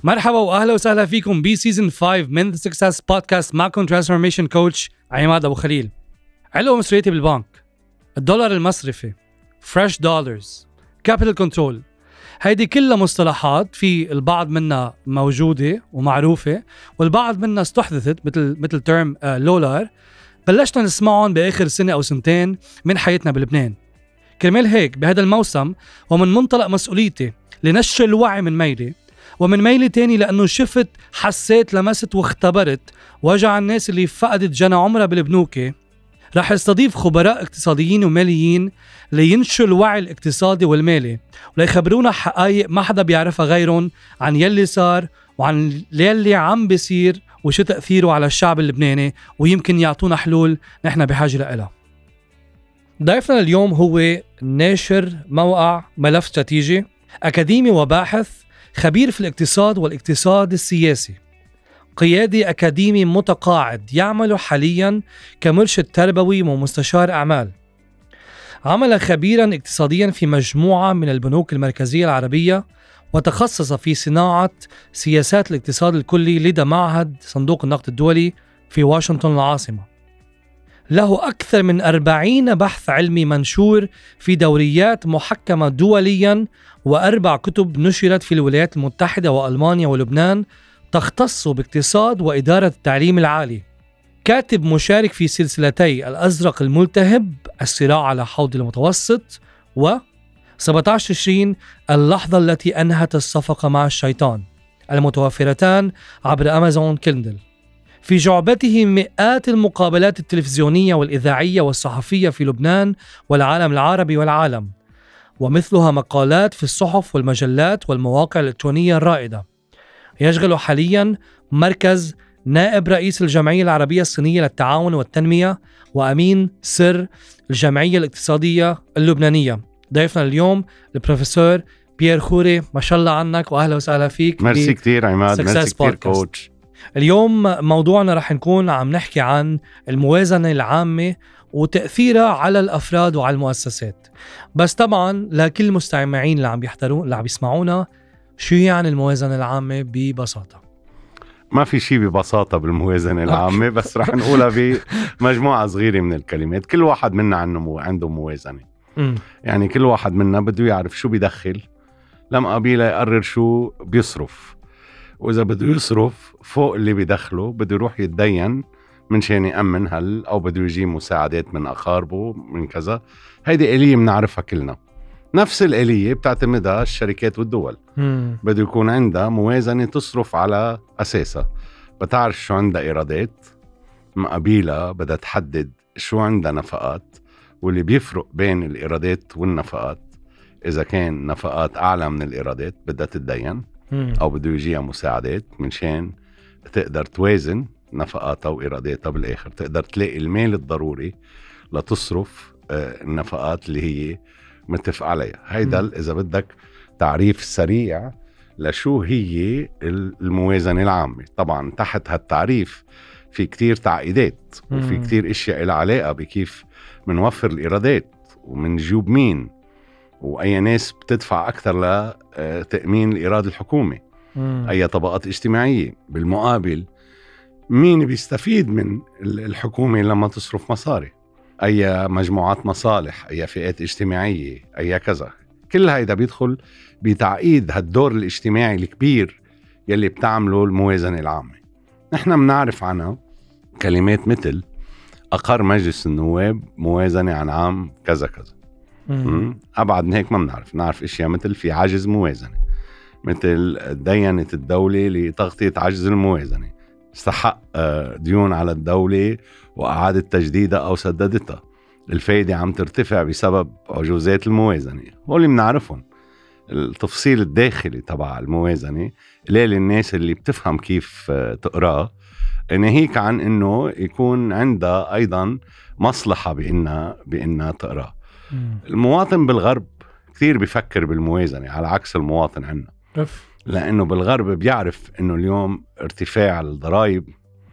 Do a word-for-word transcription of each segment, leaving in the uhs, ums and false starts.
مرحبا واهلا وسهلا فيكم بسيزن خمسة من The Success Podcast. معكم Transformation Coach عماد أبو خليل. علو مسؤوليتي بالبنك، الدولار المصرفي، Fresh Dollars، Capital Control، هيدي كلها مصطلحات في البعض منها موجودة ومعروفة والبعض منها استحدثت مثل مثل تيرم لولار بلشنا نسمعهم بآخر سنة أو سنتين من حياتنا بلبنان. كرمال هيك بهذا الموسم ومن منطلق مسؤوليتي لنشر الوعي من ميلي، ومن ميلي تاني لأنه شفت حسيت لمست واختبرت وجع الناس اللي فقدت جنى عمرها بالبنوكي، رح استضيف خبراء اقتصاديين وماليين لينشروا الوعي الاقتصادي والمالي وليخبرونا حقائق ما حدا بيعرفها غيرهم عن يلي صار وعن يلي عم بيصير وشو تأثيره على الشعب اللبناني، ويمكن يعطونا حلول نحن بحاجة لها. ضيفنا اليوم هو ناشر موقع ملف استراتيجي، أكاديمي وباحث، خبير في الاقتصاد والاقتصاد السياسي، قيادي أكاديمي متقاعد يعمل حالياً كمرشد تربوي ومستشار أعمال. عمل خبيراً اقتصادياً في مجموعة من البنوك المركزية العربية، وتخصص في صناعة سياسات الاقتصاد الكلي لدى معهد صندوق النقد الدولي في واشنطن العاصمة. له أكثر من أربعين بحث علمي منشور في دوريات محكمة دولياً، وأربع كتب نشرت في الولايات المتحدة وألمانيا ولبنان تختص باقتصاد وإدارة التعليم العالي. كاتب مشارك في سلسلتي الأزرق الملتهب، الصراع على حوض المتوسط، و سبعة عشر تشرين اللحظة التي أنهت الصفقة مع الشيطان، المتوفرتان عبر أمازون كيندل. في جعبته مئات المقابلات التلفزيونية والإذاعية والصحفية في لبنان والعالم العربي والعالم، ومثلها مقالات في الصحف والمجلات والمواقع الإلكترونية الرائدة. يشغل حالياً مركز نائب رئيس الجمعية العربية الصينية للتعاون والتنمية وأمين سر الجمعية الاقتصادية اللبنانية. ضيفنا اليوم البروفيسور بيير خوري. ما شاء الله عنك وأهلا وسهلا فيك. مرسي كتير عماد، مرسي كتير كوتش. اليوم موضوعنا رح نكون عم نحكي عن الموازنة العامة وتأثيرها على الأفراد وعلى المؤسسات. بس طبعاً لكل المستمعين اللي عم بيحضرون اللي عم بيسمعونا، شو يعني الموازنة العامة ببساطة؟ ما في شيء ببساطة بالموازنة العامة، بس رح نقولها بمجموعة صغيرة من الكلمات. كل واحد منا عنده عنده موازنة. م. يعني كل واحد منا بده يعرف شو بيدخل، لما قبيله يقرر شو بيصرف، وإذا بده يصرف فوق اللي بيدخله بده يروح يتدين من شان يأمن هل أو بده يجي مساعدات من أقاربه من كذا. هيدي آلية بنعرفها كلنا. نفس الآلية بتعتمدها الشركات والدول. مم. بده يكون عندها موازنة تصرف على أساسها. بتعرف شو عندها إيرادات، مقابلها بدها تحدد شو عندها نفقات، واللي بيفرق بين الإيرادات والنفقات إذا كان نفقات أعلى من الإيرادات بدها تتدين، مم. أو بده يجيها مساعدات من شان تقدر توازن نفقاتها وإيراداتها، بالآخر تقدر تلاقي المال الضروري لتصرف النفقات اللي هي متفق عليها. هيدا إذا بدك تعريف سريع لشو هي الموازنة العامة. طبعا تحت هالتعريف في كتير تعقيدات وفي كتير اشياء لها علاقة بكيف منوفر الإيرادات ومن جيوب مين وأي ناس بتدفع أكثر لتأمين الإيراد الحكومي، أي طبقات اجتماعية. بالمقابل مين بيستفيد من الحكومة لما تصرف مصاري، أي مجموعات مصالح، أي فئات اجتماعية، أي كذا. كل هيدا بيدخل بتعقيد هالدور الاجتماعي الكبير يلي بتعمله الموازنة العامة. نحن بنعرف عنها كلمات مثل أقر مجلس النواب موازنة عن عام كذا كذا. أبعد من هيك ما بنعرف. نعرف إشياء مثل في عجز موازنة، مثل دينت الدولة لتغطية عجز الموازنة، استحق ديون على الدولة وأعادة تجديدها أو سددتها، الفايدة عم ترتفع بسبب عجوزات الموازنة. هولي بنعرفهم. التفصيل الداخلي تبع الموازنة ليه للناس اللي بتفهم كيف تقرأ، ناهيك عن إنه يكون عندها أيضا مصلحة بإنها بإنها تقرأ. المواطن بالغرب كثير بيفكر بالموازنة على عكس المواطن عنا، لأنه بالغرب بيعرف إنه اليوم ارتفاع الضرائب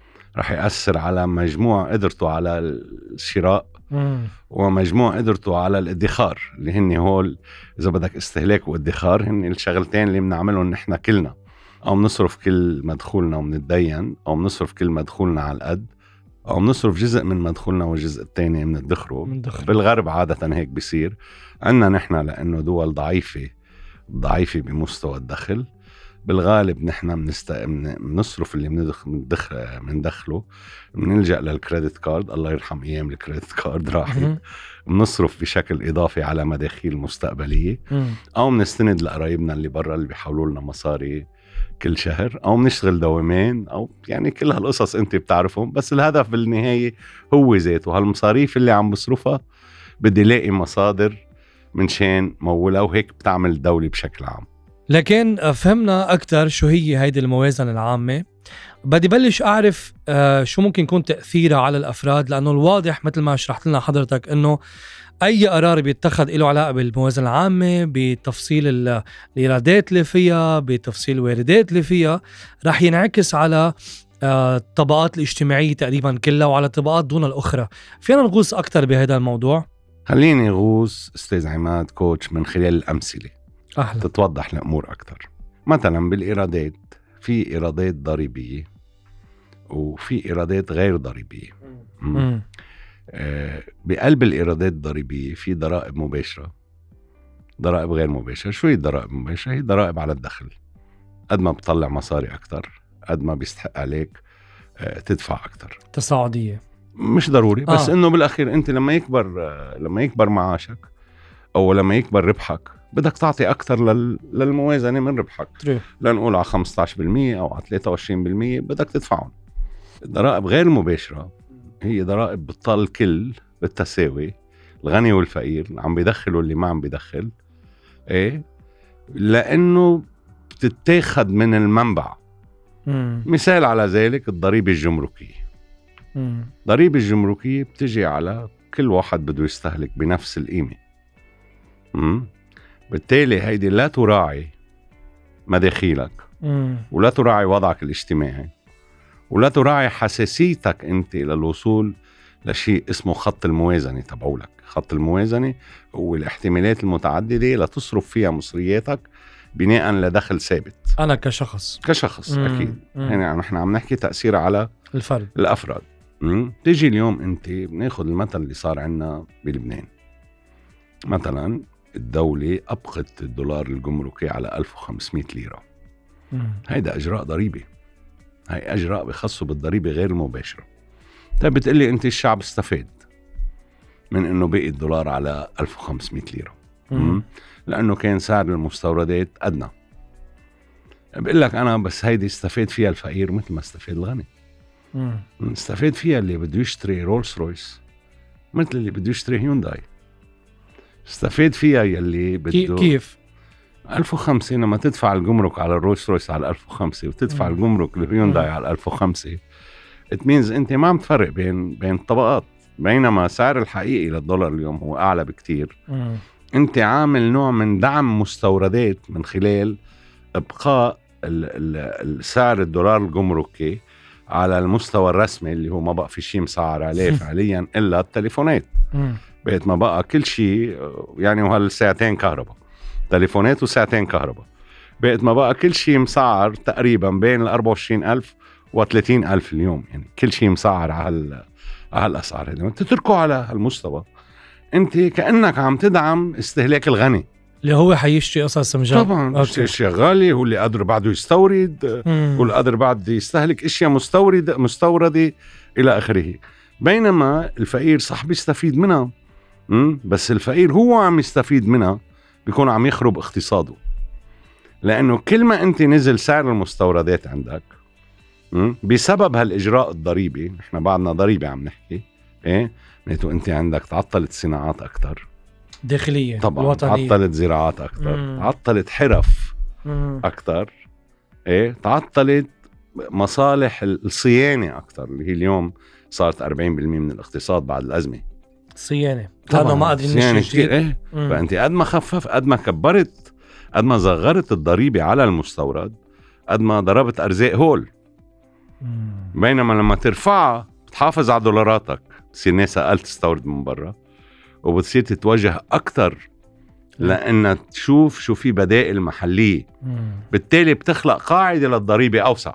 رح يأثر على مجموع قدرته على الشراء مم. ومجموع قدرته على الادخار، اللي هن هول إذا بدك استهلاك وادخار، هن الشغلتين اللي بنعملهم نحن كلنا أو بنصرف كل مدخولنا وبنتدين، أو بنصرف كل مدخولنا على القد، أو بنصرف جزء من مدخولنا والجزء الثاني من الدخره. بالغرب عادة هيك بيصير عنا نحن، لأنه دول ضعيفة ضعيفة بمستوى الدخل. بالغالب نحن بنست... بنصرف اللي بندخل بندخله، بنلجأ للكريدت كارد. الله يرحم أيام الكريدت كارد راحت. بنصرف بشكل إضافي على مداخيل مستقبلية، أو بنستند لقرايبنا اللي برا اللي بيحولوا لنا مصاري كل شهر، أو بنشتغل دوامين، أو يعني كل هالقصص أنت بتعرفهم. بس الهدف بالنهاية هو ذاته، هالمصاريف اللي عم بصرفها بدي لاقي مصادر من شان مولها، وهيك بتعمل الدولة بشكل عام. لكن فهمنا أكتر شو هي هيدي الموازنة العامة. بدي بلش أعرف آه شو ممكن يكون تأثيرها على الأفراد، لأنه الواضح مثل ما شرحت لنا حضرتك أنه أي قرار بيتخذ له علاقة بالموازنة العامة، بتفصيل الإيرادات اللي فيها، بتفصيل الواردات اللي فيها، رح ينعكس على آه الطبقات الاجتماعية تقريبا كلها، وعلى طبقات دون الأخرى. فينا نغوص أكتر بهذا الموضوع؟ خليني غوص أستاذ عماد كوتش من خلال الأمثلة أهلا. تتوضح الأمور أكتر. مثلا بالإيرادات، في إيرادات ضريبية وفي إيرادات غير ضريبية. آه بقلب الإيرادات الضريبية في ضرائب مباشرة، ضرائب غير مباشرة. شو هي الضرائب المباشرة؟ هي ضرائب على الدخل. قد ما بتطلع مصاري أكتر قد ما بيستحق عليك آه تدفع أكتر. تصاعدية مش ضروري، بس آه. إنه بالأخير أنت لما يكبر آه لما يكبر معاشك أو لما يكبر ربحك بدك تعطي أكتر لل... للموازنة من ربحك. لنقول على خمسة عشر بالمية أو على ثلاثة وعشرين بالمية بدك تدفعهم. الضرائب غير المباشرة هي ضرائب بتطال الكل بالتساوي، الغني والفقير، عم بيدخلوا اللي ما عم بيدخل. إيه؟ لأنه بتتاخد من المنبع. مم. مثال على ذلك الضريبة الجمركية. مم. ضريبة الجمركية بتجي على كل واحد بده يستهلك بنفس القيمة. مم. بالتالي هيدي لا تراعي مداخيلك، مم. ولا تراعي وضعك الاجتماعي، ولا تراعي حساسيتك انت للوصول لشيء اسمه خط الموازنة تبعولك. خط الموازنة هو الاحتمالات المتعددة لتصرف فيها مصرياتك بناء لدخل ثابت. أنا كشخص كشخص مم. أكيد مم. يعني نحن عم نحكي تأثير على الفرد الأفراد. مم. تيجي اليوم انت بناخد المثل اللي صار عنا بلبنان. مثلا الدولة أبقت الدولار الجمركي على ألف وخمسمية ليرة. مم. هيدا إجراء ضريبي، هاي أجراء بخصوا بالضريبة غير المباشرة. طيب بتقلي أنت الشعب استفاد من أنه بقي الدولار على ألف وخمسمية ليرة. مم. لأنه كان سعر المستوردات أدنى. بقول لك أنا بس هيدي استفاد فيها الفقير مثل ما استفاد الغني. مم. استفاد فيها اللي بده يشتري رولز رويس مثل اللي بده يشتري هيونداي. استفاد فيها يلي بده كيف ألف وخمسة لما تدفع الجمرك على الرويس رويس على ألف وخمسة وتدفع مم. الجمرك لهيونداي على ألف وخمسة. it means انت ما عم تفرق بين بين الطبقات، بينما سعر الحقيقي للدولار اليوم هو اعلى بكتير. مم. انت عامل نوع من دعم مستوردات من خلال ابقاء السعر الدولار الجمركي على المستوى الرسمي اللي هو ما بقى في شيء مسعر عليه فعليا الا التليفونات. مم. بقيت ما بقى كل شيء يعني، وهالساعتين كهرباء تليفونات وساعتين كهرباء، بقيت ما بقى كل شيء مسعر تقريبا بين الأربعة وعشرين ألف وثلاثين ألف اليوم. يعني كل شيء مسعر على هالأسعار. لما تتركوا على هالمستوى انت كأنك عم تدعم استهلاك الغني اللي هو حيشتري قصص مجال. طبعا اشياء غالية، هو اللي قادر بعده يستورد، هو اللي قادر بعده يستهلك اشياء مستورد مستوردة الى اخره. بينما الفقير صح بيستفيد منها، بس الفقير هو عم يستفيد منها بيكون عم يخرب اقتصاده. لأنه كل ما أنت نزل سعر المستوردات عندك بسبب هالإجراء الضريبي، إحنا بعدنا ضريبة عم نحكي إيه، معناته أنت عندك تعطلت صناعات أكتر داخلية طبعا الوطنية. تعطلت زراعات أكتر، مم. تعطلت حرف مم. أكتر إيه، تعطلت مصالح الصيانة أكتر اللي هي اليوم صارت أربعين بالمية من الاقتصاد بعد الأزمة. صيانة طبعا ما قادرين نشتري كتير إيه. فأنت قد ما خفف، قد ما كبرت، قد ما صغرت الضريبة على المستورد، قد ما ضربت أرزاق هول. مم. بينما لما ترفعها بتحافظ على دولاراتك، بتصير ناس أقل تستورد من برا، وبتصير تتوجه أكتر لأن تشوف شو في بدائل محلية. بالتالي بتخلق قاعدة للضريبة أوسع،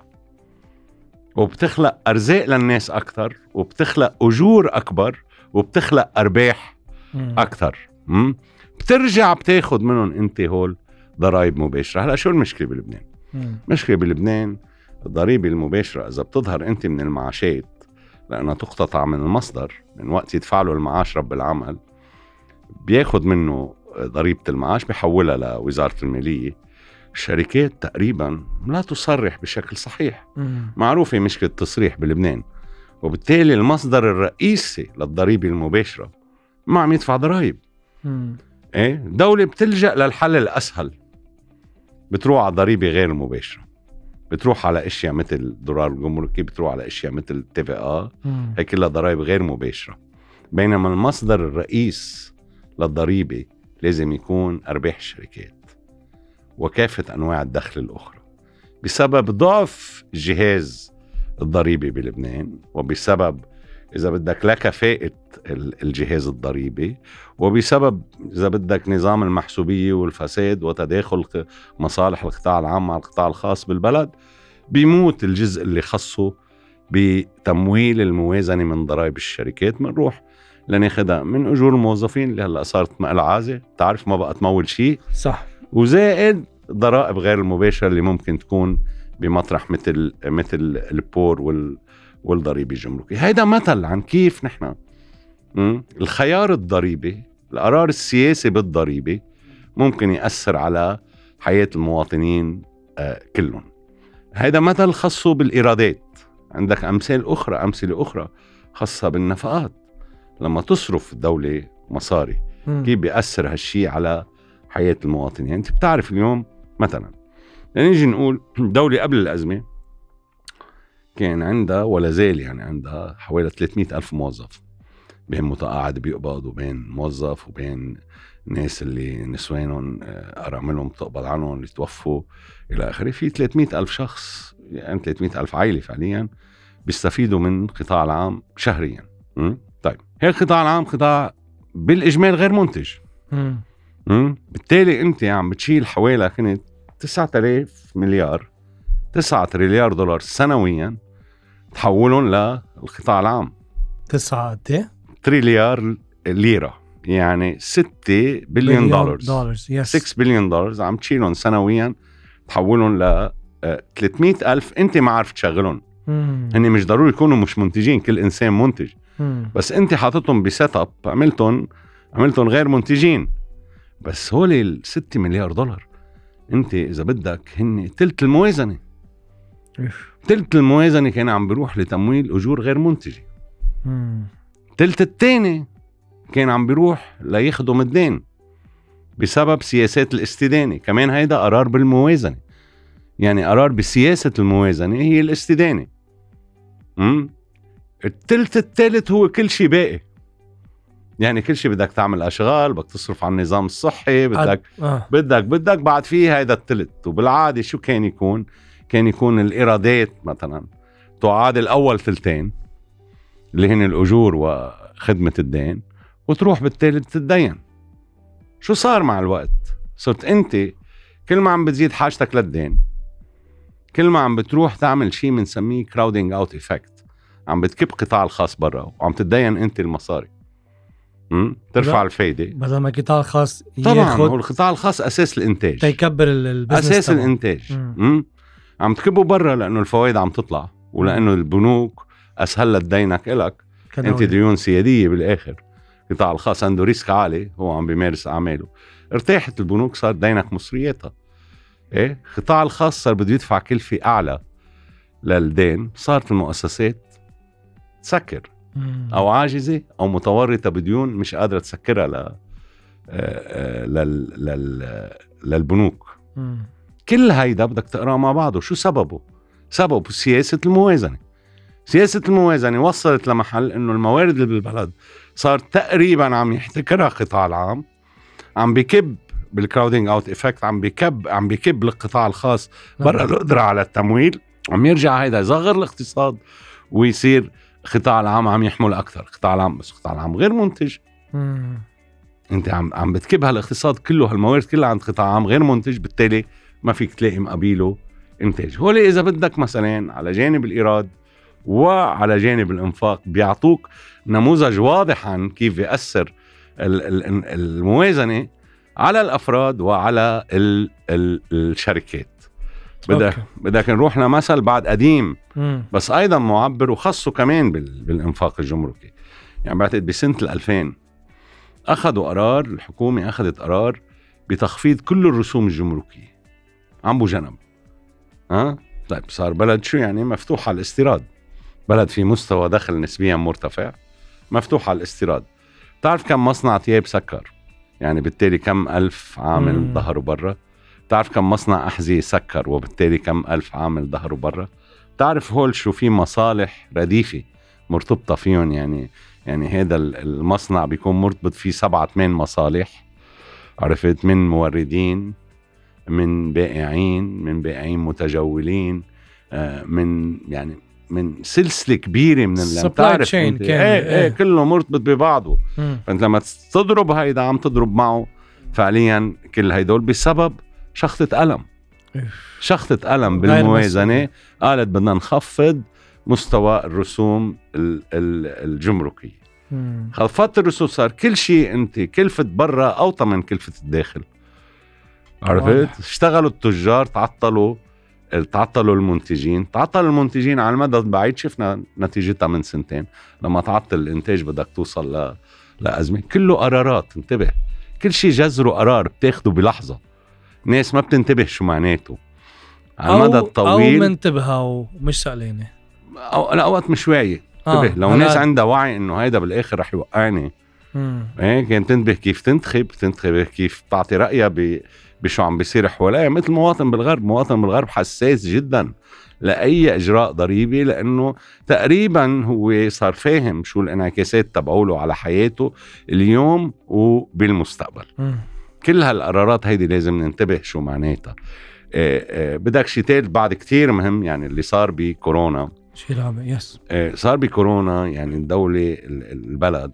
وبتخلق أرزاق للناس أكتر، وبتخلق أجور أكبر، وبتخلق أرباح أكتر. م? بترجع بتاخد منهم أنت هول ضرائب مباشرة. هلأ شو المشكلة بلبنان؟ مشكلة بلبنان الضريبة المباشرة إذا بتظهر أنت من المعاشات، لأنها تقتطع من المصدر من وقت يدفع له المعاش رب العمل، بياخد منه ضريبة المعاش بيحولها لوزارة المالية. الشركات تقريبا لا تصرح بشكل صحيح. مم. معروفة مشكلة التصريح بلبنان، وبالتالي المصدر الرئيسي للضريبة المباشرة ما عم يدفع ضرائب. ايه دولة بتلجأ للحل الأسهل، بتروح على ضريبة غير مباشرة، بتروح على اشياء مثل الضرائب الجمركي، بتروح على اشياء مثل تي في آ، هي كلها ضرائب غير مباشرة. بينما المصدر الرئيس للضريبة لازم يكون أرباح الشركات وكافة أنواع الدخل الأخرى. بسبب ضعف جهاز الضريبي بلبنان، وبسبب إذا بدك لا كفاءة الجهاز الضريبي، وبسبب إذا بدك نظام المحسوبية والفساد وتداخل مصالح القطاع العام مع القطاع الخاص بالبلد، بيموت الجزء اللي خصه بتمويل الموازنة من ضرائب الشركات. منروح لناخدها من أجور الموظفين اللي هلأ صارت مقل عازة، تعرف ما بقى تمول شيء، صح، وزائد ضرائب غير المباشرة اللي ممكن تكون بمطرح مثل مثل البور وال والضريبة الجمركية. هيدا مثل عن كيف نحن الخيار الضريبي، القرار السياسي بالضريبة ممكن يأثر على حياة المواطنين آه كلهم. هيدا مثل خاصه بالإيرادات. عندك أمثال أخرى أمثلة أخرى خاصة بالنفقات. لما تصرف الدولة مصاري م. كيف بيأثر هالشي على حياة المواطنين. يعني أنت بتعرف اليوم مثلا نيجي نقول دولة قبل الأزمة كان عندها ولا زال يعني عندها حوالي ثلاثمئة ألف موظف، بين متقاعد بيقبض وبين موظف وبين ناس اللي نسوانهم أراملهم بتقبض عنهم اللي توفوا إلى آخره. في ثلاثمئة ألف شخص يعني ثلاثمئة ألف عائلة فعليا بيستفيدوا من القطاع العام شهريا. م? طيب هي القطاع العام قطاع بالإجمال غير منتج. م. م? بالتالي أنت عم بتشيل حوالي كنت تسعة آلاف مليار تسعة تريليار دولار سنويا تحولون للقطاع العام. تسعة تريليار ليرة، يعني ستة بليون دولار ستة بليون دولار عم تشيلون سنويا تحولون ل ثلاثمئة ألف أنت ما عارف تشغلون. هني مش ضروري يكونوا مش منتجين، كل إنسان منتج، مم. بس أنت حاطتهم بسيت اب عملتهم عملتهم غير منتجين. بس هولي الستة مليار دولار أنت إذا بدك هني تلت الموازنة. تلت الموازنة كان عم بيروح لتمويل أجور غير منتجة. مم. تلت التاني كان عم بيروح ليخدم الدين بسبب سياسات الاستدانة. كمان هيدا قرار بالموازنة، يعني قرار بسياسة الموازنة هي الاستدانة. مم. التلت التالت هو كل شيء باقي، يعني كل شيء بدك تعمل أشغال، بدك تصرف على النظام الصحي، بدك آه. بدك بدك بعد فيه هيدا التلت. وبالعادة شو كان يكون؟ كان يكون الإيرادات مثلا تعادل أول تلتين اللي هن الأجور وخدمة الدين، وتروح بالتالت تتدين. شو صار مع الوقت؟ صرت أنت كل ما عم بتزيد حاجتك للدين، كل ما عم بتروح تعمل شيء منسميه crowding out effect، عم بتكب قطاع الخاص برا وعم تتدين أنت المصاري. امم ترفع الفايدة بدل ما القطاع الخاص طبعا هو القطاع الخاص أساس الإنتاج، تيكبر البزنس أساس طبعا. الإنتاج امم عم تكبه برا لأنه الفوائد عم تطلع، ولأنه البنوك أسهل دينك إلك، أنت ديون سيادية بالآخر. القطاع الخاص عنده ريسك عالي، هو عم بيمارس أعماله، ارتاحت البنوك صار دينك مصرياتها. إيه القطاع الخاص صار بده يدفع كلفة أعلى للدين، صارت المؤسسات تسكر مم. أو عاجزة أو متورطة بديون مش قادرة تسكرها ل... لل... لل... للبنوك. مم. كل هيدا بدك تقرأ مع بعضه. شو سببه؟ سببه سياسة الموازنة. سياسة الموازنة وصلت لمحل إنه الموارد اللي بالبلد صار تقريبا عم يحتكرها القطاع العام، عم بيكب بالكراودينج اوت إفكت، عم بيكب عم بيكب للقطاع الخاص برا القدرة على التمويل، عم يرجع هيدا يصغر الاقتصاد ويصير القطاع العام عم يحمل أكثر. القطاع العام بس القطاع العام غير منتج. مم. انت عم عم بتكب هالاقتصاد كله، هالموارد كلها عند قطاع عام غير منتج، بالتالي ما فيك تلاقي مقابله انتاج. هو اذا بدك مثلا على جانب الايراد وعلى جانب الانفاق بيعطوك نموذج واضح عن كيف بيأثر الموازنة على الافراد وعلى ال ال الشركات. بدك بدك نروح لمثل بعد قديم مم. بس ايضا معبر وخصه كمان بالانفاق الجمركي. يعني بعتقد بسنة الألفين اخذوا قرار، الحكومة اخذت قرار بتخفيض كل الرسوم الجمركية عن بجنب. ها طيب صار بلد شو يعني مفتوح على الاستيراد، بلد في مستوى دخل نسبيا مرتفع مفتوح على الاستيراد. تعرف كم مصنع تياب سكر؟ يعني بالتالي كم ألف عامل ظهروا برا. تعرف كم مصنع أحذية سكر وبالتالي كم ألف عامل ظهروا برا. تعرف هول شو في مصالح رديفة مرتبطة فيهم، يعني يعني هذا المصنع بيكون مرتبط فيه سبعة ثمان مصالح، عرفت، من موردين، من بائعين، من بائعين متجولين، من يعني من سلسلة كبيرة من اللي بتعرف انت ايه ايه, ايه كله مرتبط ببعضه. مم. فانت لما تضرب هيدا عم تضرب معه فعليا كل هيدول بسبب شخطة ألم شخطة ألم بالموازنة. قالت بدنا نخفض مستوى الرسوم الجمركية. خفضت الرسوم صار كل شيء انت كلفة برا اوطى من كلفة الداخل، عرفت. اشتغلوا التجار، تعطلوا تعطلوا المنتجين، تعطل المنتجين على المدى البعيد. شفنا نتيجتها من سنتين لما تعطل الانتاج بدك توصل ل... لأزمة. كله قرارات، انتبه، كل شيء جذره قرار بتاخده بلحظة. ناس ما بتنتبه شو معناته على المدى الطويل، أو منتبهة ومش سأليني، أو لا أوقات مش واعي. انتبه، آه. لو الناس عندها وعي إنه هيدا بالآخر رح يوقعني، ايه كان تنتبه كيف تنتخب، تنتخب كيف تعطي رأيها ب... بشو عم بيصير حواليها. مثل مواطن بالغرب، مواطن بالغرب حساس جدا لأي إجراء ضريبي، لأنه تقريبا هو صار فاهم شو الانعكاسات تبعوله على حياته اليوم وبالمستقبل. م. كل هالقرارات هيدي لازم ننتبه شو معناتها. آه آه بدك شي تالت بعد كتير مهم، يعني اللي صار بكورونا. شي رابع يس آه صار بكورونا، يعني الدولة البلد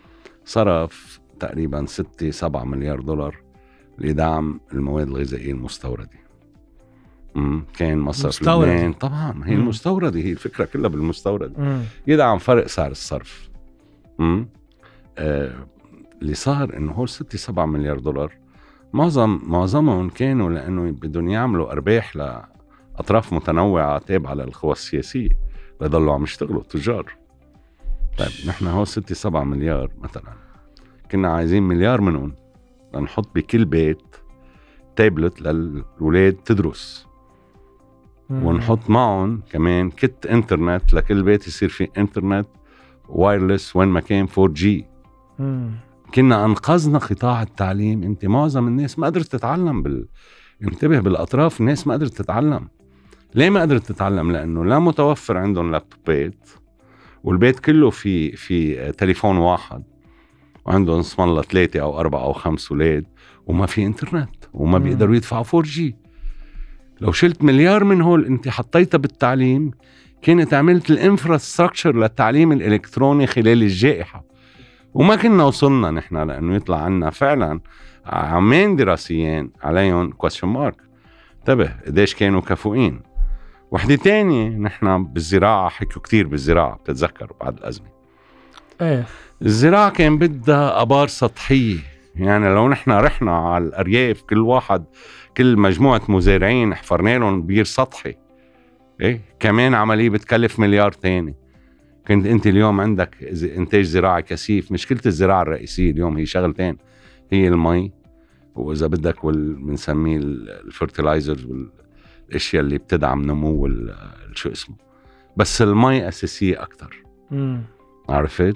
صرف تقريبا ستة سبعة مليار دولار لدعم المواد الغذائية المستوردة. مم. كان مصرف لبنان طبعا هي مم. المستوردة، هي الفكرة كلها بالمستورد. مم. يدعم فرق سعر الصرف. مم. آه اللي صار انه هول ستة سبعة مليار دولار معظم معظمهم كانوا لانه بدهم يعملوا ارباح لاطراف متنوعة تابعة للقوى السياسية ليضلوا عم يشتغلوا التجار. طيب نحن هول ستة سبعة مليار مثلا كنا عايزين مليار منهم نحط بكل بيت تابلت للولاد تدرس، مم. ونحط معهم كمان كت انترنت لكل بيت يصير فيه انترنت وايرلس وين ما كان فور جي. مم. كنا انقذنا قطاع التعليم. انت معظم الناس ما قدرت تتعلم بال... انتبه بالاطراف، الناس ما قدرت تتعلم. ليه ما قدرت تتعلم؟ لانه لا متوفر عندهم لابتوبات، والبيت كله في في تليفون واحد، وعندهم اسم الله ثلاثة أو أربعة أو خمس أولاد، وما في إنترنت، وما بيقدروا يدفعوا فور جي. لو شلت مليار من هول أنت حطيتها بالتعليم، كانت عملت الانفراستراكشر للتعليم الإلكتروني خلال الجائحة، وما كنا وصلنا نحن لأنه يطلع عنا فعلا عامين دراسيين عليهم question mark. انتبه قديش كانوا كفؤين. وحدة تانية، نحن بالزراعة حكوا كتير بالزراعة، بتتذكروا بعد الأزمة ايه الزراعة كان بدها أبار سطحية. يعني لو نحن رحنا على الأرياف كل واحد كل مجموعة مزارعين حفرنا لهم بير سطحي، إيه كمان عملية بتكلف مليار تاني. كنت أنت اليوم عندك إنتاج زراعي كثيف. مشكلة الزراعة الرئيسية اليوم هي شغلتين، هي المي، وإذا بدك بنسميه الفرتلايزرز والأشياء اللي بتدعم نمو شو اسمه، بس المي أساسية أكتر. مم. عرفت؟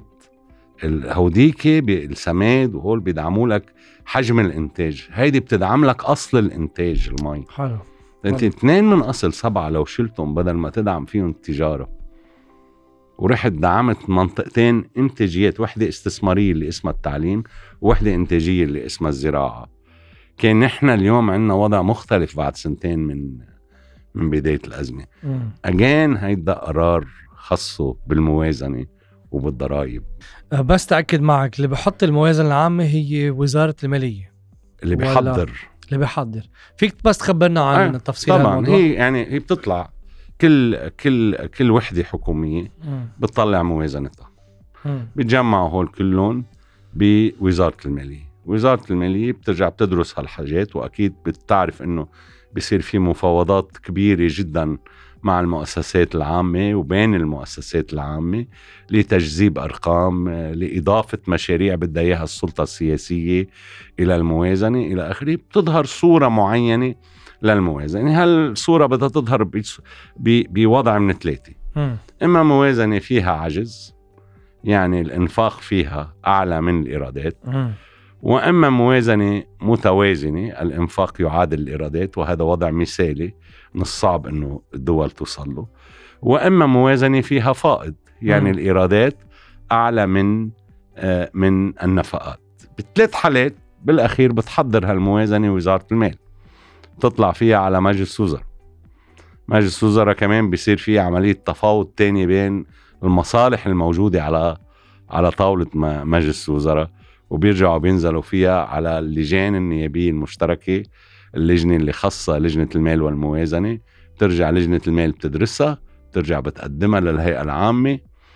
هوديكي بالسماد وهول بيدعموا لك حجم الانتاج، هيدي بتدعم لك اصل الانتاج المي. حلو. انت اثنين من اصل سبعة لو شلتهم بدل ما تدعم فيهم التجارة، ورحت دعمت منطقتين انتاجيات، وحدة استثمارية اللي اسمها التعليم، ووحدة انتاجية اللي اسمها الزراعة، كان نحن اليوم عندنا وضع مختلف بعد سنتين من من بداية الأزمة. أجان هيدا قرار خاصه بالموازنة وبالضرائب. بس تأكد معك، اللي بحط الموازنة العامة هي وزارة المالية اللي بيحضر اللي بيحضر فيك بس تخبرنا عن آه تفصيل طبعا الموضوع؟ هي يعني هي بتطلع كل كل كل وحدة حكومية مم. بتطلع موازنتها، مم. بتجمعوا هول كلهم بوزارة المالية. وزارة المالية بترجع بتدرس هالحاجات، وأكيد بتعرف إنه بيصير في مفاوضات كبيرة جدا مع المؤسسات العامة وبين المؤسسات العامة لتجذيب أرقام، لإضافة مشاريع بدها إياها السلطة السياسية إلى الموازنة إلى آخره. بتظهر صورة معينة للموازنة. هالصورة بدها تظهر بوضع من ثلاثة: إما موازنة فيها عجز، يعني الإنفاق فيها أعلى من الإيرادات، وإما موازنة متوازنة، الإنفاق يعادل الإيرادات، وهذا وضع مثالي من الصعب أنه الدول توصل له. وإما موازنة فيها فائض، يعني م. الإيرادات أعلى من آه من النفقات. بثلاث حالات بالأخير بتحضر هالموازنة وزارة المال، تطلع فيها على مجلس وزراء. مجلس وزراء كمان بيصير فيه عملية تفاوض تاني بين المصالح الموجودة على على طاولة مجلس وزراء، وبيرجعوا بينزلوا فيها على اللجان النيابية المشتركة، اللجنة اللي خاصة لجنة المال والموازنة. ترجع لجنة المال بتدرسها، ترجع بتقدمها للهيئة العامة،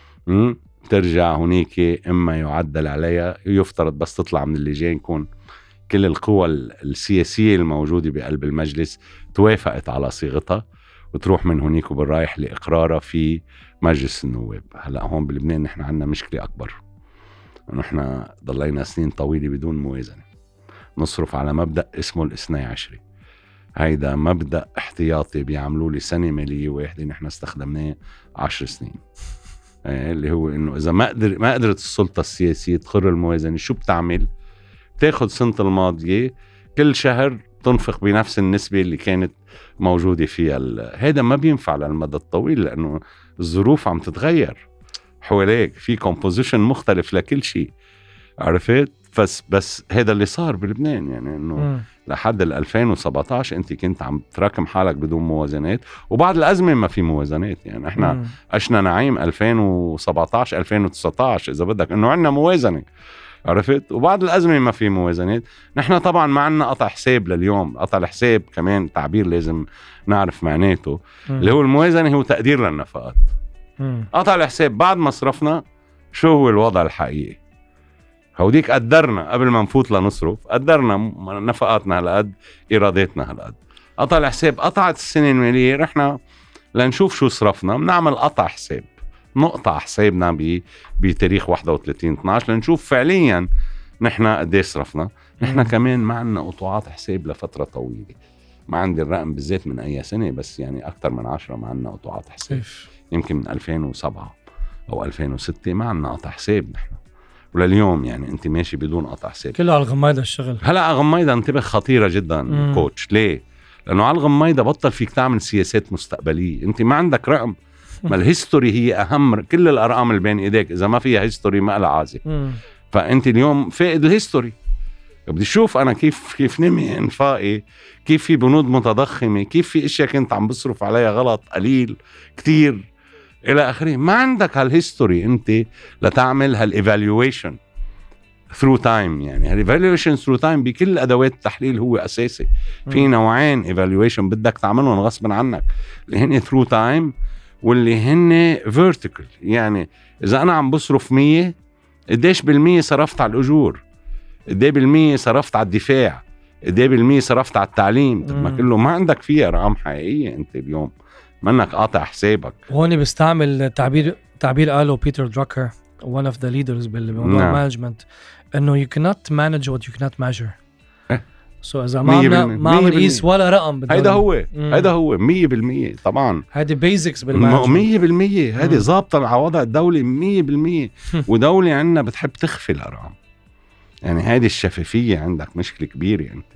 ترجع هناك إما يعدل عليها. يفترض بس تطلع من اللجان يكون كل القوى السياسية الموجودة بقلب المجلس توافقت على صيغتها، وتروح من هناك وبالرايح لإقرارها في مجلس النواب. هلأ هون بلبنان نحن عنا مشكلة أكبر، نحن ضلينا سنين طويلة بدون موازنة، نصرف على مبدأ اسمه الاثني عشري. هيدا مبدأ احتياطي بيعملوا لي سنة مالية واحدة نحن استخدمناه عشر سنين، اللي هو إنه إذا ما قدر ما قدرت السلطة السياسية تقر الموازنة، شو بتعمل؟ بتاخد سنة الماضية كل شهر تنفق بنفس النسبة اللي كانت موجودة فيها. هذا ما بينفع للمدى الطويل، لأنه الظروف عم تتغير حواليك، في كومبوزيشن مختلف لكل شيء، عرفت؟ بس بس هذا اللي صار بلبنان، يعني انه لحد ال ألفين وسبعة عشر انت كنت عم تراكم حالك بدون موازنات، وبعد الازمه ما في موازنات. يعني احنا مم. عشنا نعيم ألفين وسبعة عشر ألفين وتسعة عشر اذا بدك انه عندنا موازنه، عرفت؟ وبعد الازمه ما في موازنات. نحن طبعا ما عندنا قطع حساب لليوم. قطع الحساب كمان تعبير لازم نعرف معناته، مم. اللي هو الموازنه هو تقدير للنفقات. قطع الحساب بعد مصرفنا شو هو الوضع الحقيقي. هوديك قدرنا قبل ما نفوت لنصرف، قدرنا نفقاتنا هالقد، إيراداتنا هالقد. قطع الحساب قطعت السنة المالية، رحنا لنشوف شو صرفنا، بنعمل قطع حساب، نقطع حسابنا بتاريخ واحد وثلاثين اثناشر لنشوف فعليا نحن قديه صرفنا. نحن كمان ما عندنا قطوعات حساب لفترة طويلة، ما عندي الرقم بالذات من أي سنة، بس يعني أكتر من عشرة ما عندنا قطوعات حساب. يمكن من ألفين وسبعة أو ألفين وستة ما عندنا قطع حساب نحن، ولليوم يعني انت ماشي بدون قطع حساب. كله على الغميضة الشغل. هلا غميضة انتبه خطيرة جدا مم. كوتش. ليه؟ لأنه على الغميضة بطل فيك تعمل سياسات مستقبلية، انت ما عندك رقم. ما الهيستوري هي أهم، كل الأرقام اللي بين إيديك إذا ما فيها هيستوري ما لها عازة. فأنت اليوم فاقد الهيستوري. بدي شوف أنا كيف كيف نمي انفاقي، كيف في بنود متضخمة، كيف في أشياء كنت عم بصرف عليها غلط قليل كتير إلى آخره. ما عندك هالهيستوري أنت لتعمل هالإيفالويشن through time. يعني هالإيفالويشن through time بكل أدوات التحليل هو أساسي. في نوعين إيفالويشن بدك تعملهم غصبا عنك، اللي هن through time واللي هن vertical. يعني إذا أنا عم بصرف مية، قديش بالمية صرفت على الأجور، قديش بالمية صرفت على الدفاع، قديش بالمية صرفت على التعليم. طب ما كله ما عندك فيها أرقام حقيقية أنت اليوم، منك قاطع حسابك. هون بستعمل تعبير تعبير قاله بيتر دراكر one of the leaders بالموضوع المانجمنت، انه you cannot manage what you cannot measure. سو so اذا ما عم ما عم نقيس ولا رقم، هيدا هو هيدا هو مية بالمية. طبعا هيدي بيزكس بالمانجمنت مية بالمية. هيدي ضابطه على وضع الدولي مية بالمية. ودولة عندنا بتحب تخفي الارقام، يعني هيدي الشفافية عندك مشكلة كبيرة. انت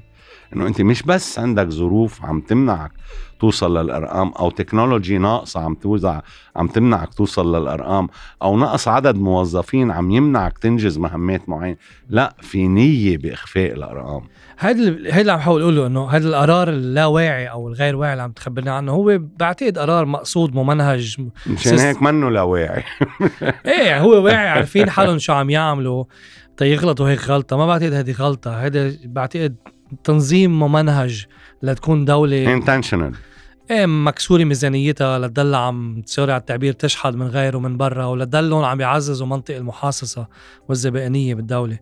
انه انت مش بس عندك ظروف عم تمنعك توصل للارقام، او تكنولوجي ناقصة عم توزع عم تمنعك توصل للارقام، او نقص عدد موظفين عم يمنعك تنجز مهمات معينة. لا، في نية باخفاء الارقام. هذا هذا اللي عم حاول اقوله، انه هذا القرار اللاواعي او الغير واعي اللي عم تخبرنا عنه هو بعتقد قرار مقصود ممنهج. مشان هيك منه لاواعي. ايه هو واعي، عارفين حالهم شو عم يعملوا تيغلطوا هيك غلطة. ما بعتقد هذه غلطة، هذا بعتقد تنظيم ممنهج لتكون دولة intentional. ايه مكسورة ميزانيتها لتضل عم تسوري على التعبير تشحد من غيره من برا، ولتضلهم عم يعززوا منطق المحاصصة والزبائنية بالدولة.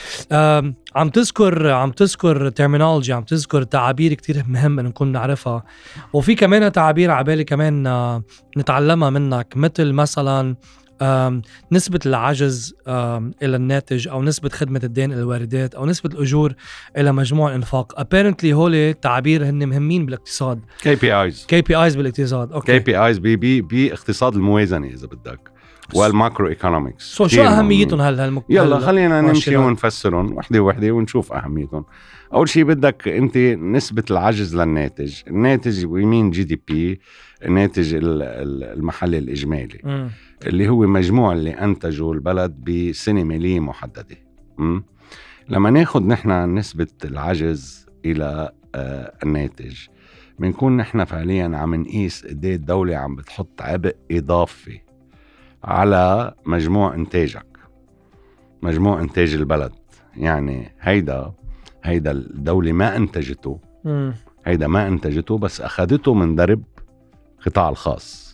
عم تذكر عم تذكر terminology، عم تذكر تعابير كتير مهم ان نكون نعرفها، وفي كمان تعابير عبالي كمان نتعلمها منك، مثل مثلا نسبة العجز إلى الناتج، أو نسبة خدمة الدين إلى الواردات، أو نسبة الأجور إلى مجموع الإنفاق. apparently هولي تعابير هن مهمين بالاقتصاد. كي بي آيز كي بي آيز بالاقتصاد. أوكي. كي بي آيز بي بي باقتصاد الموازنة إذا بدك، والماكرو إيكونوميكس. سو شو أهميتهم هل هالمك... يلا خلينا نمشي ونفسرهم وحدة وحدة ونشوف أهميتهم. أول شيء بدك أنت نسبة العجز للناتج. الناتج ويمين جي دي بي، الناتج المحلي الإجمالي م. اللي هو مجموع اللي أنتجه البلد بسنة مالية محددة. م? لما ناخد نحن نسبة العجز إلى آه الناتج، بنكون نحن فعليا عم نقيس قديه الدولة عم بتحط عبء إضافي على مجموع إنتاجك، مجموع إنتاج البلد. يعني هيدا هيدا الدولة ما أنتجته، م. هيدا ما أنتجته بس أخذته من درب قطاع الخاص.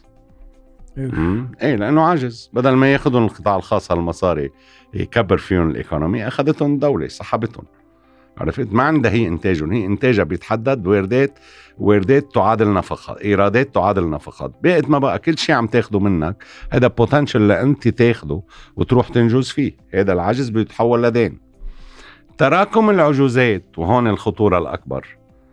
ايه لانه عاجز، بدل ما ياخذون القطاع الخاص هالمصاري يكبر فيهم الايكونومي، اخذتهم الدوله سحبتهم. عرفت؟ ما عندها هي انتاجهم، هي انتاجها بيتحدد بواردات، واردات تعادل نفقات، ايرادات تعادل نفقات. بقت ما بقى كل شيء عم تاخده منك هذا بوتنشل لانت تاخده وتروح تنجز فيه. هذا العجز بيتحول لدين. تراكم العجوزات، وهون الخطوره الاكبر،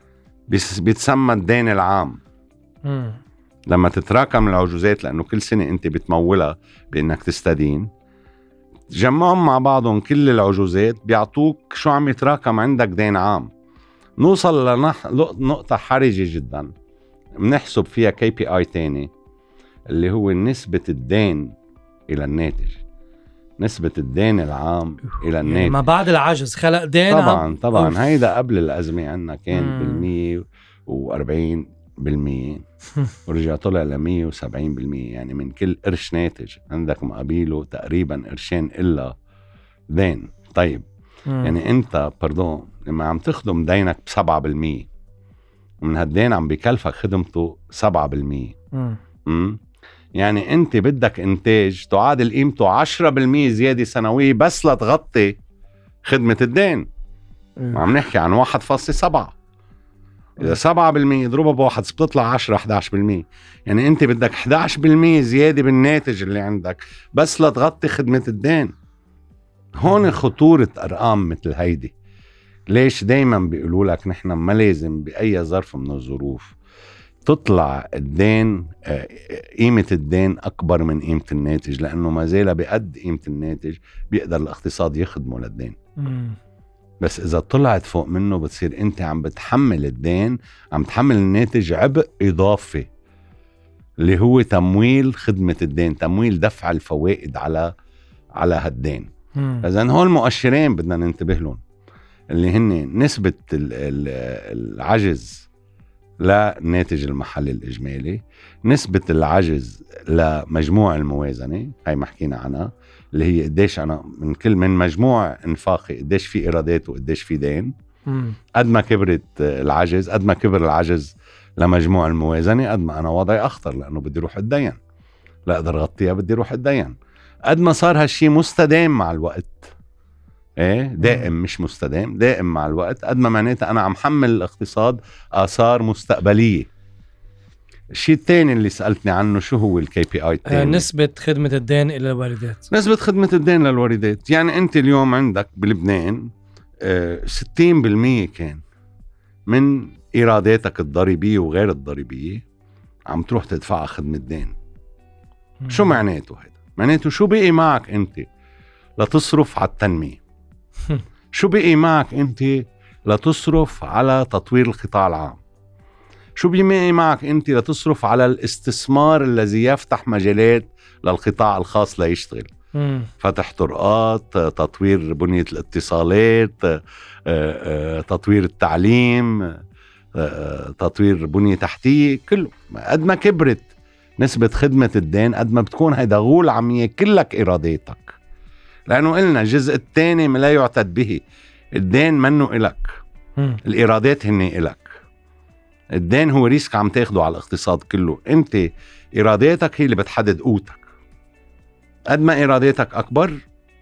بيتسمى الدين العام. م. لما تتراكم العجوزات، لأنه كل سنة أنت بتمولها بأنك تستدين، جمعهم مع بعضهم كل العجوزات بيعطوك شو عم يتراكم عندك دين عام. نوصل لنقطة حرجة جدا بنحسب فيها كي بي آي تاني، اللي هو نسبة الدين إلى الناتج. نسبة الدين العام إلى الناتج يعني ما بعد العجز خلق دين طبعا عام. طبعا أوف. هيدا قبل الأزمة عنا كان بالمية وأربعين بالمية ورجع طلع لمية وسبعين بالمية. يعني من كل قرش ناتج عندك مقابله تقريبا قرشين إلا دين. طيب مم. يعني انت pardon لما عم تخدم دينك بسبعة بالمية، ومن هالدين عم بيكلفك خدمته سبعة بالمية، مم. يعني انت بدك انتاج تعادل قيمته عشرة بالمية زيادة سنوية بس لتغطي خدمة الدين. وعم نحكي عن واحد فاصلة سبعة. إذا سبعة بالمية ضربها بواحد بتطلع عشرة إحدى عشر بالمية. يعني أنت بدك إحدى عشر بالمية زيادة بالناتج اللي عندك بس لتغطي خدمة الدين. هون خطورة أرقام مثل هيدي. ليش دايما بيقولوا لك نحن ما لازم بأي ظرف من الظروف تطلع الدين قيمة الدين أكبر من قيمة الناتج، لأنه ما زال بقد قيمة الناتج بيقدر الاقتصاد يخدمه للدين. مم. بس إذا طلعت فوق منه بتصير أنت عم بتحمل الدين، عم تحمل الناتج عبء إضافي اللي هو تمويل خدمة الدين، تمويل دفع الفوائد على على هالدين. إذن هول المؤشرين بدنا ننتبه لهم، اللي هن نسبة العجز للناتج المحلي الإجمالي، نسبة العجز لمجموع الموازنة هاي ما حكينا عنها، اللي هي قديش أنا من كل من مجموع انفاقي قديش في إيرادات وقديش في دين. قد ما كبرت العجز، قد ما كبر العجز لمجموع الموازنة، قد ما أنا وضعي أخطر، لأنه بدي روح الدين، لا أقدر غطيها، بدي روح الدين. قد ما صار هالشي مستدام مع الوقت، ايه دائم مم. مش مستدام، دائم مع الوقت، قد ما معناتها أنا عم حمل الاقتصاد آثار مستقبلية. الشيء الثاني اللي سألتني عنه شو هو الكي بي آي الثاني؟ نسبة خدمة الدين إلى الواردات. نسبة خدمة الدين للواردات، يعني أنت اليوم عندك بلبنان ستين بالمية كان من إيراداتك الضريبية وغير الضريبية عم تروح تدفع خدمة دين. مم. شو معناته هذا؟ معناته شو بقي معك أنت لتصرف على التنمية؟ شو بقي معك أنت لتصرف على تطوير القطاع العام؟ شو بيمئي معك أنت لتصرف على الاستثمار الذي يفتح مجالات للقطاع الخاص ليشتغل؟ مم. فتح طرقات، تطوير بنية الاتصالات، تطوير التعليم، تطوير بنية تحتية، كله. قد ما كبرت نسبة خدمة الدين قد ما بتكون هيدا غول عم يكلك إيراداتك، لأنه قلنا الجزء الثاني ما لا يعتد به. الدين منه إلك، مم. الإيرادات هن إلك. الدين هو ريسك عم تاخده على الاقتصاد كله، أنت إيراداتك هي اللي بتحدد قوتك. قد ما إيراداتك أكبر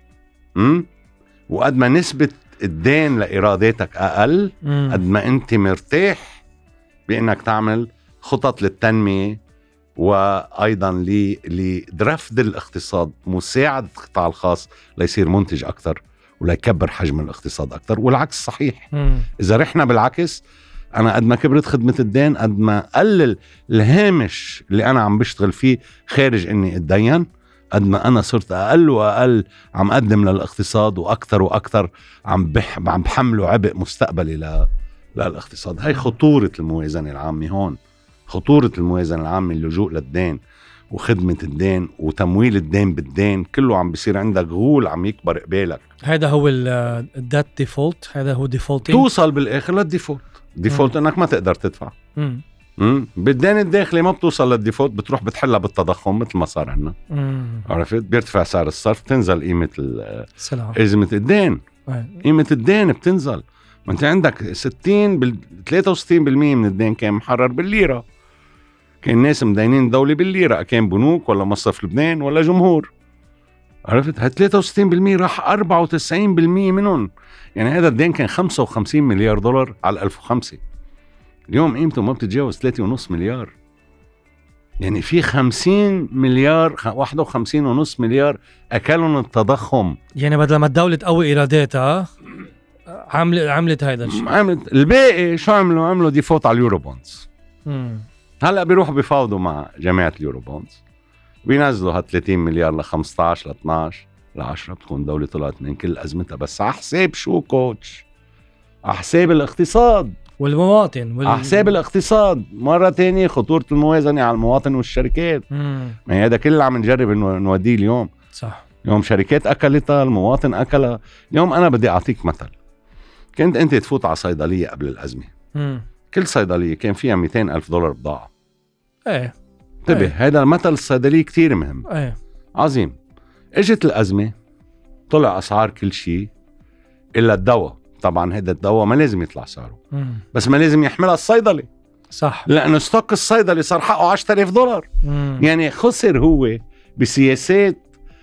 م? وقد ما نسبة الدين لإيراداتك أقل، مم. قد ما أنت مرتاح بأنك تعمل خطط للتنمية وأيضا لدرفد الاقتصاد، مساعدة القطاع الخاص ليصير منتج أكتر وليكبر حجم الاقتصاد أكتر. والعكس صحيح. مم. إذا رحنا بالعكس، أنا قد ما كبرت خدمة الدين قد ما قلل الهامش اللي أنا عم بشتغل فيه خارج إني أتدين، قد ما أنا صرت أقل وأقل عم أقدم للاقتصاد، وأكثر وأكثر عم بح عم بحمله عبء مستقبلي ل... للاقتصاد. هاي خطورة الموازنة العامة هون، خطورة الموازنة العامة، اللجوء للدين وخدمة الدين وتمويل الدين بالدين، كله عم بيصير عندك غول عم يكبر قبالك. هذا هو الدات ديفولت، هذا هو ديفولتين. توصل بالآخر للديفولت. ديفولت انك ما تقدر تدفع. مم. امم بالدين الداخلي ما بتوصل للديفولت، بتروح بتحلها بالتضخم مثل ما صار عنا. عرفت؟ بيرتفع سعر الصرف، تنزل قيمة السلعة، قيمة الدين، قيمة الدين بتنزل. ما انت عندك ستين بال... ثلاثة وستين بالمية من الدين كان محرر بالليرة، كان ناس مدينين الدولة بالليرة، كان بنوك ولا مصرف لبنان ولا جمهور. عرفت؟ هاد ثلاثة وستين بالمية راح أربعة وتسعين بالمية منهم، يعني هذا الدين كان خمسة وخمسين مليار دولار على ألف وخمسة، اليوم قيمته ما بتتجاوز ثلاثة ونص مليار. يعني في خمسين مليار، واحد وخمسين ونص مليار أكلهم التضخم. يعني بدل ما الدولة تقوي إيراداتها عملت عملت هيدا الشيء، عملت الباقي. شو عملوا؟ عملوا ديفوت على اليورو بونز. هلا بيروحوا بيفاوضوا مع جماعة اليورو بونز، بينزلوا هال ثلاثين مليار ل خمسة عشر ل اثنا عشر ل عشرة، بتكون دولة طلعت من كل أزمتها. بس على حساب شو كوتش؟ على حساب الاقتصاد والمواطن وال... على حساب الاقتصاد. مرة تانية خطورة الموازنة على المواطن والشركات. مم. ما هذا كله عم نجرب انه نوديه اليوم. صح. اليوم شركات أكلتها، المواطن أكلها. اليوم أنا بدي أعطيك مثل. كنت أنت تفوت على صيدلية قبل الأزمة. مم. كل صيدلية كان فيها مئتين ألف دولار بضاعة. ايه انتبه، ايه. هذا المثل الصيدلية كتير مهم. ايه. عظيم. اجت الأزمة، طلع أسعار كل شيء إلا الدواء. طبعا هذا الدواء ما لازم يطلع سعره، مم. بس ما لازم يحملها الصيدلي. صح. لأنه ستوك الصيدلي صار حقه عشرة آلاف دولار. مم. يعني خسر هو بسياسات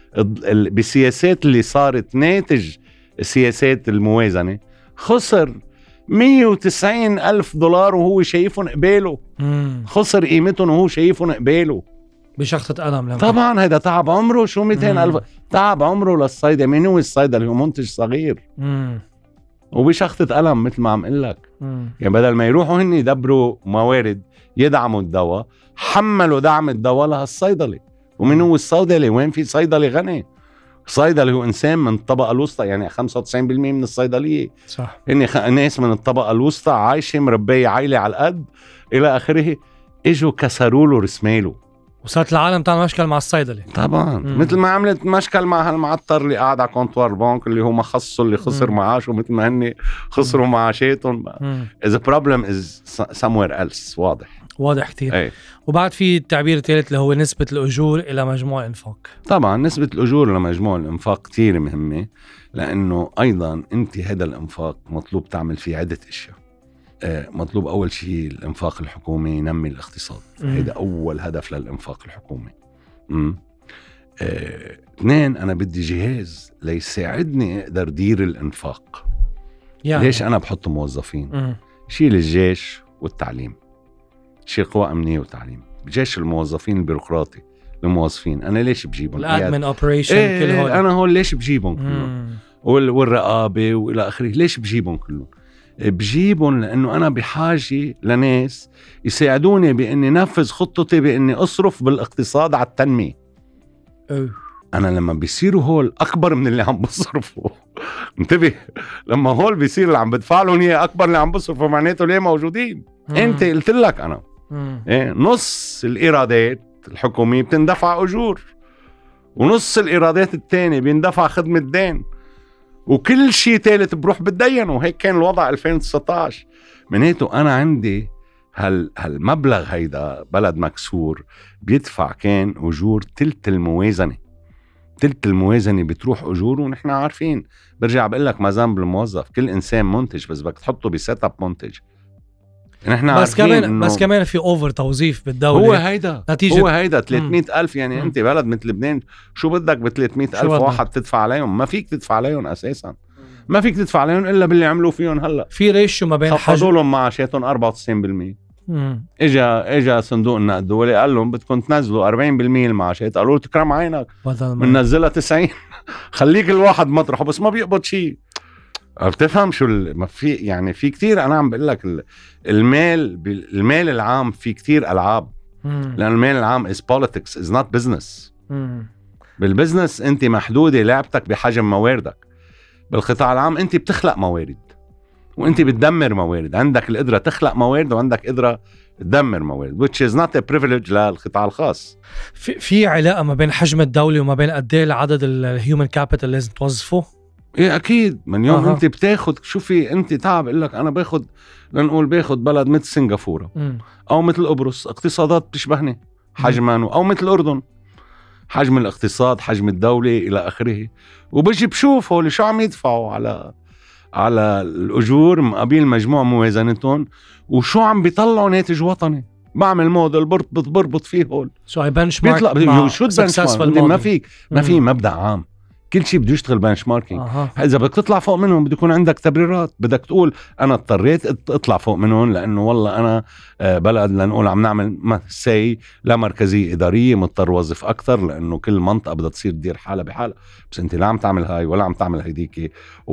بسياسات اللي صارت ناتج سياسات الموازنة، خسر مية وتسعين ألف دولار وهو شايفهم قباله. مم. خسر قيمتهم وهو شايفهم قباله بشخصة قلم. لما طبعا هذا تعب عمره. شو مئتين ألف تعب عمره للصيدلي؟ مين هو الصيدلي؟ هو منتج صغير. مم. وبشخصة قلم مثل ما عم قلك. يعني بدل ما يروحوا هن يدبروا موارد يدعموا الدواء، حملوا دعم الدواء لهالصيدلي. ومن هو الصيدلي؟ وين في صيدلي غني؟ صيدلي هو إنسان من الطبقة الوسطى، يعني خمسة وتسعين بالمية من الصيدلية صح. هن خ... ناس من الطبقة الوسطى عايشة مربية عائلة على القد إلى آخره، إجوا كسروا له رسماله. وصارت العالم تعمل مشكل مع الصيدلي. طبعا. مم. مثل ما عملت مشكل مع هالمعطر اللي قاعد على كونتوار البنك اللي هو ما خصه، اللي خسر مم. معاشه مثل ما هن خسروا معاشاتهم. إذا problem is somewhere else. واضح واضح كتير. أي. وبعد في التعبير الثالث اللي هو نسبة الأجور إلى مجموع الإنفاق. طبعا نسبة الأجور لمجموع الإنفاق كتير مهمة، لأنه أيضا أنت هذا الإنفاق مطلوب تعمل فيه عدة أشياء. آه مطلوب أول شيء الإنفاق الحكومي ينمي الاقتصاد، هذا أول هدف للإنفاق الحكومي. امم آه، اثنين، أنا بدي جهاز ليساعدني أقدر دير الإنفاق. يعني ليش أنا بحط موظفين؟ مم. شيل الجيش والتعليم، شيل قوى أمنية وتعليم، جيش الموظفين البيروقراطي الموظفين أنا ليش بجيبهم؟ الأدمن أوبريشن إيه كل هول. أنا هول ليش بجيبهم كلهم؟ والرقابة وإلى آخره ليش بجيبهم كلهم؟ بجيبهم لأنه أنا بحاجة لناس يساعدوني بأني نفذ خطتي بأني أصرف بالاقتصاد على التنمية. أوه. انا لما بيصيروا هول اكبر من اللي عم بصرفه انتبه، لما هول بيصير اللي عم بدفع لهم هي اكبر اللي عم بصرفه، معناته ليه موجودين؟ مم. انت قلت لك انا إيه؟ نص الايرادات الحكوميه بتندفع اجور، ونص الايرادات الثانيه بيندفع خدمه دين، وكل شيء ثالث بروح بتدين. وهيك كان الوضع ألفين وتسعطعش. منيته انا عندي هال هالمبلغ هيدا بلد مكسور بيدفع كان اجور تلت الموازنه، تلت الموازنه بتروح اجور. ونحن عارفين، برجع بقول لك ما ذنب الموظف، كل انسان منتج بس بدك تحطه بسيت اب منتج. نحن بس كمان بس كمان في اوفر توظيف بالدوله. هو هيدا نتيجة هو هيدا ثلاثمية ألف. يعني مم. انت بلد مثل لبنان شو بدك ب ثلاثمية ألف واحد تدفع عليهم؟ ما فيك تدفع عليهم اساسا، ما فيك تدفع عليهم الا باللي عملوا فيهم هلا. في ريشيو ما بين خفضوا لهم معاشاتهم أربعة وتسعين بالمية. امم اجا اجا صندوق النقد الدولي قال لهم بدكم تنزلوا أربعين بالمية المعاشات. قالوا له تكرم عينك بننزلها تسعين خليك الواحد مطرحه، بس ما بيقبض شيء. بتفهم شو ما في؟ يعني في كتير، انا عم بقول لك المال المال العام في كتير العاب. مم. لان المال العام is politics is not business. مم. بالبزنس انت محدوده لعبتك بحجم مواردك، بالقطاع العام انت بتخلق موارد وانت بتدمر موارد. عندك القدره تخلق موارد وعندك قدره تدمر موارد which is not a privilege للقطاع الخاص. في في علاقه ما بين حجم الدوله وما بين قد ايه عدد الهيومن كابيتال لازم توظفه؟ ايه اكيد. من يوم أه. انت بتاخد، شوفي انت تعب اقول لك انا باخد، لنقول باخد بلد مثل سنغافوره م. او مثل قبرص، اقتصادات بتشبهني حجما، او مثل الاردن حجم الاقتصاد حجم الدوله الى اخره، وبجي بشوف هول شو عم يدفعوا على على الاجور مقابل مجموع موازنتهم، وشو عم بيطلعوا ناتج وطني. بعمل موديل بربط بربط فيه هول شو اي بنش مارك شو ما فيك ما في مبدأ عام، كل شيء بده يشتغل بنش ماركينج. أه. إذا بدك تطلع فوق منهم بده يكون عندك تبريرات، بدك تقول أنا اضطريت أطلع فوق منهم لأنه والله أنا بلد لنقول عم نعمل سي لا مركزية إدارية، مضطر وظف أكتر لأنه كل منطقة بدها تصير تدير حالها بحالها. بس أنت لا عم تعمل هاي ولا عم تعمل هيديكي،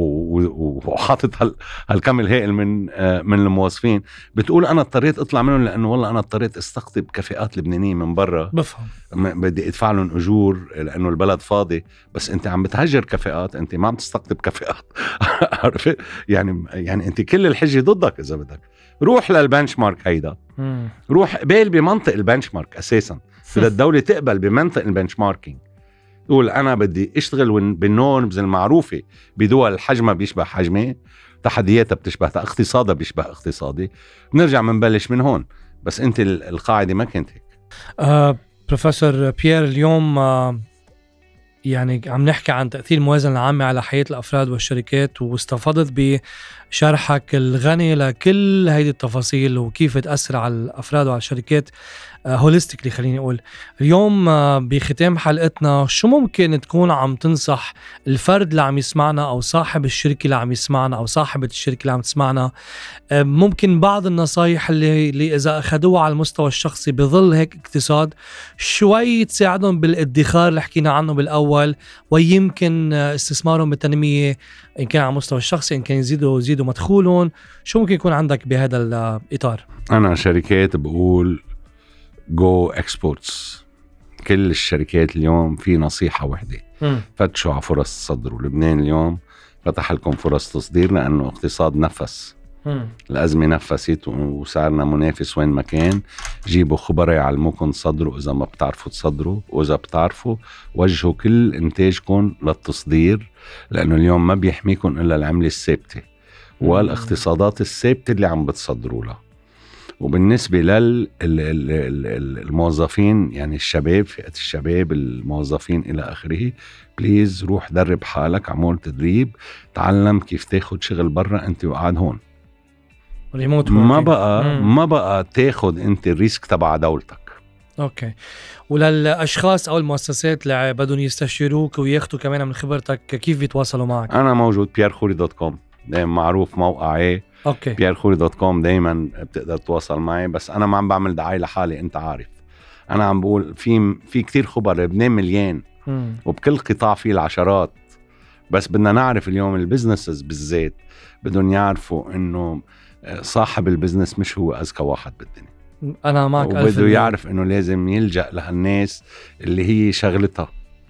وحاطط هال هالكم الهائل من من الموظفين، بتقول أنا اضطريت أطلع منهم لأنه والله أنا اضطريت استقطب كفاءات لبنانية من برا. بفهم بدي ادفع لهم اجور لانه البلد فاضي، بس انت عم بتهجر كفاءات، انت ما عم تستقطب كفاءات. عارف يعني يعني انت كل الحجه ضدك. اذا بدك روح للبنش مارك هيدا، روح قبل بمنطق البنش مارك اساسا. بدها الدوله تقبل بمنطق البنش ماركينج، تقول انا بدي اشتغل بالنورمز المعروفه بدول حجمها بيشبه حجمي، تحدياتها بتشبه اقتصادها بيشبه اقتصادي، بنرجع منبلش من هون. بس انت القاعده ما كانت هيك. أه بروفيسور بيير، اليوم آه يعني عم نحكي عن تأثير الموازنة العامة على حياة الأفراد والشركات، واستفضت بشرحك الغني لكل هيدي التفاصيل وكيف تأثر على الأفراد وعلى الشركات هوليستيكلي. خليني أقول اليوم بختام حلقتنا، شو ممكن تكون عم تنصح الفرد اللي عم يسمعنا أو صاحب الشركة اللي عم يسمعنا أو صاحبة الشركة اللي عم تسمعنا، ممكن بعض النصايح اللي, اللي إذا أخذوها على المستوى الشخصي بظل هيك اقتصاد شوي تساعدهم بالادخار اللي حكينا عنه بالأول، ويمكن استثمارهم بالتنمية إن كان على المستوى الشخصي، إن كان يزيدوا يزيدوا مدخولهم. شو ممكن يكون عندك بهذا الإطار؟ أنا شركات بقول جو اكسبورتس. كل الشركات اليوم في نصيحة واحدة، فتشوا على فرص تصدروا. لبنان اليوم فتح لكم فرص تصدير لأنه اقتصاد نفس. مم. الأزمة نفست وصارنا منافس وين ما كان. جيبوا خبراء يعلموكم تصدروا إذا ما بتعرفوا تصدروا، وإذا بتعرفوا وجهوا كل إنتاجكم للتصدير، لأنه اليوم ما بيحميكم إلا العملة الثابتة والاقتصادات الثابتة اللي عم بتصدروا لها. وبالنسبة للموظفين يعني الشباب، فئة الشباب الموظفين إلى آخره، بليز روح درب حالك، عمول تدريب، تعلم كيف تاخد شغل برا أنت وقاعد هون. ما بقى مم. ما بقى تاخد أنت الريسك تبع دولتك. أوكي. وللأشخاص أو المؤسسات اللي بدهم يستشيروك وياخدوا كمان من خبرتك، كيف بيتواصلوا معك؟ أنا موجود بيير خوري دوت كوم، دايما معروف موقعي. اوكي. بيير خوري دوت كوم دايما بتقدر تتواصل معي. بس انا ما عم بعمل دعايه لحالي، انت عارف. انا عم بقول في في كتير خبراء، لبنان مليان مم. وبكل قطاع فيه العشرات. بس بدنا نعرف اليوم البزنسز بالذات بدهم يعرفوا انه صاحب البزنس مش هو اذكى واحد بالدنيا. انا معك. وبده يعرف انه لازم يلجأ لهالناس اللي هي شغلتها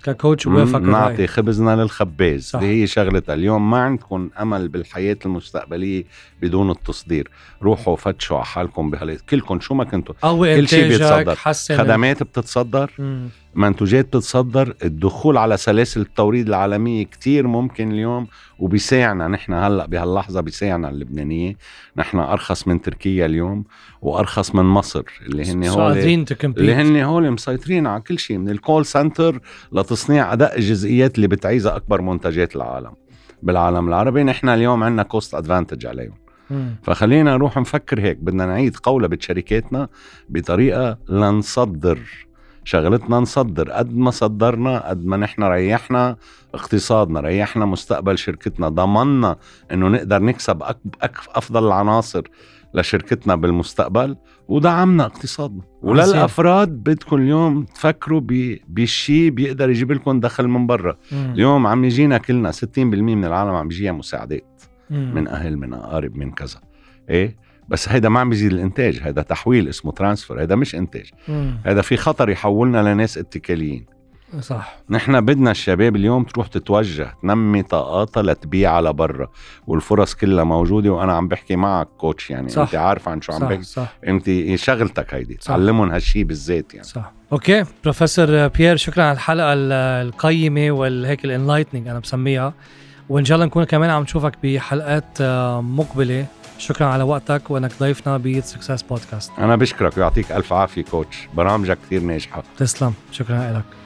ككوتش وافق نعطي خبزنا للخباز. اللي هي شغلتها اليوم. ما عندكم امل بالحياه المستقبليه بدون التصدير. روحوا فتشوا على حالكم بهالي كلكم شو ما كنتوا. كل شيء بيتصدر. خدمات بتتصدر، مم. منتوجات بتتصدر. الدخول على سلاسل التوريد العالميه كتير ممكن اليوم، وبيساعنا نحن هلا بهاللحظه بيساعنا اللبنانيه. نحن ارخص من تركيا اليوم وارخص من مصر، اللي هن هول اللي هن هول مسيطرين على كل شيء، من الكول سنتر لتصنيع ادق الجزئيات اللي بتعيزها اكبر منتجات العالم بالعالم العربي. نحن اليوم عندنا كوست ادفانتج عليهم. مم. فخلينا نروح نفكر هيك. بدنا نعيد قولة بشركاتنا بطريقه لنصدر. شغلتنا نصدر. قد ما صدرنا قد ما نحن ريحنا اقتصادنا، ريحنا مستقبل شركتنا، ضمننا انه نقدر نكسب أك... أك... افضل العناصر لشركتنا بالمستقبل، ودعمنا اقتصادنا. وللأفراد بدكم اليوم تفكروا بشيء بيقدر يجيب لكم دخل من برا. اليوم عم يجينا كلنا ستين بالمية من العالم عم يجيها مساعدات مم. من أهل، من أقارب، من كذا. إيه بس هيدا ما عم بيزيد الانتاج. هيدا تحويل اسمه ترانسفر. هيدا مش انتاج. مم. هيدا في خطر يحولنا لناس اتكاليين. صح. نحن بدنا الشباب اليوم تروح تتوجه تنمي طاقاتها لتبيع على برا، والفرص كلها موجودة. وأنا عم بحكي معك كوتش يعني. صح. أنت عارف عن شو عم بحكي. صح. أنت شغلتك هيدي تعلمهم هالشي بالذات يعني. صح. أوكي بروفيسور بيير، شكرا على الحلقة القيمة والهيك الانلايتنينج أنا بسميها، وإن شاء الله نكون كمان عم نشوفك بحلقات مقبلة. شكرا على وقتك وانك ضيفنا بسكسس بودكاست. انا بشكرك ويعطيك الف عافيه كوتش. برامجك كتير ناجحه. تسلم. شكرا لك.